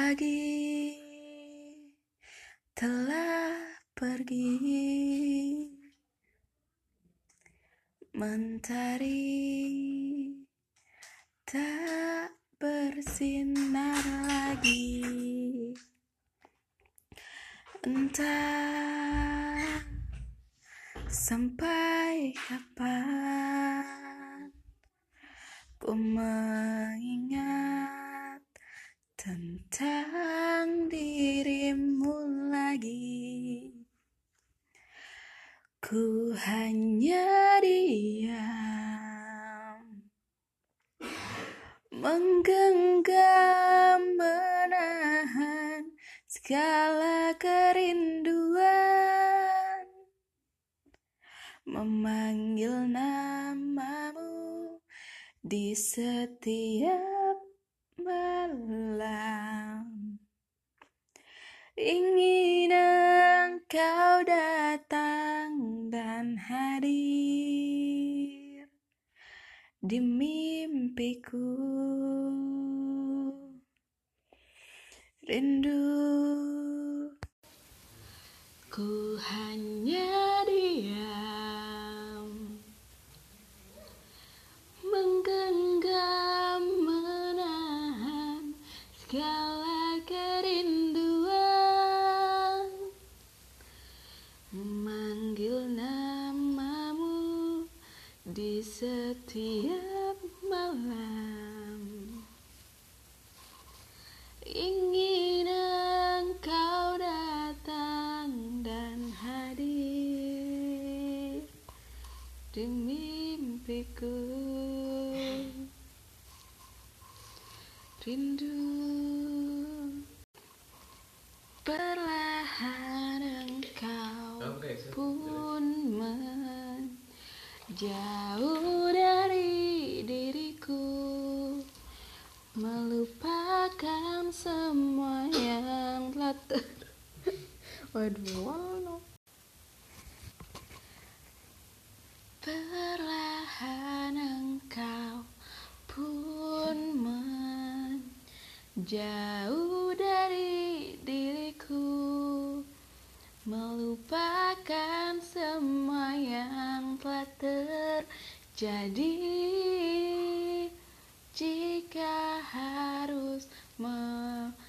Pagi telah pergi, mentari tak bersinar lagi. Entah sampai kapan ku mengingat tentang dirimu lagi. Ku hanya diam, menggenggam, menahan segala kerinduan, memanggil namamu di setiap malam. Ingin engkau datang dan hadir di mimpiku. Rindu, ku hanya diam, menggenggam, menahan segala kerinduan, memanggil namamu di setiap malam. Ingin engkau datang dan hadir di mimpiku. Rindu, perlahan engkau pun menjauh dari diriku, melupakan semua yang telah Perlahan engkau pun menjauh dari diriku, melupakan semua yang telah terjadi. Jika harus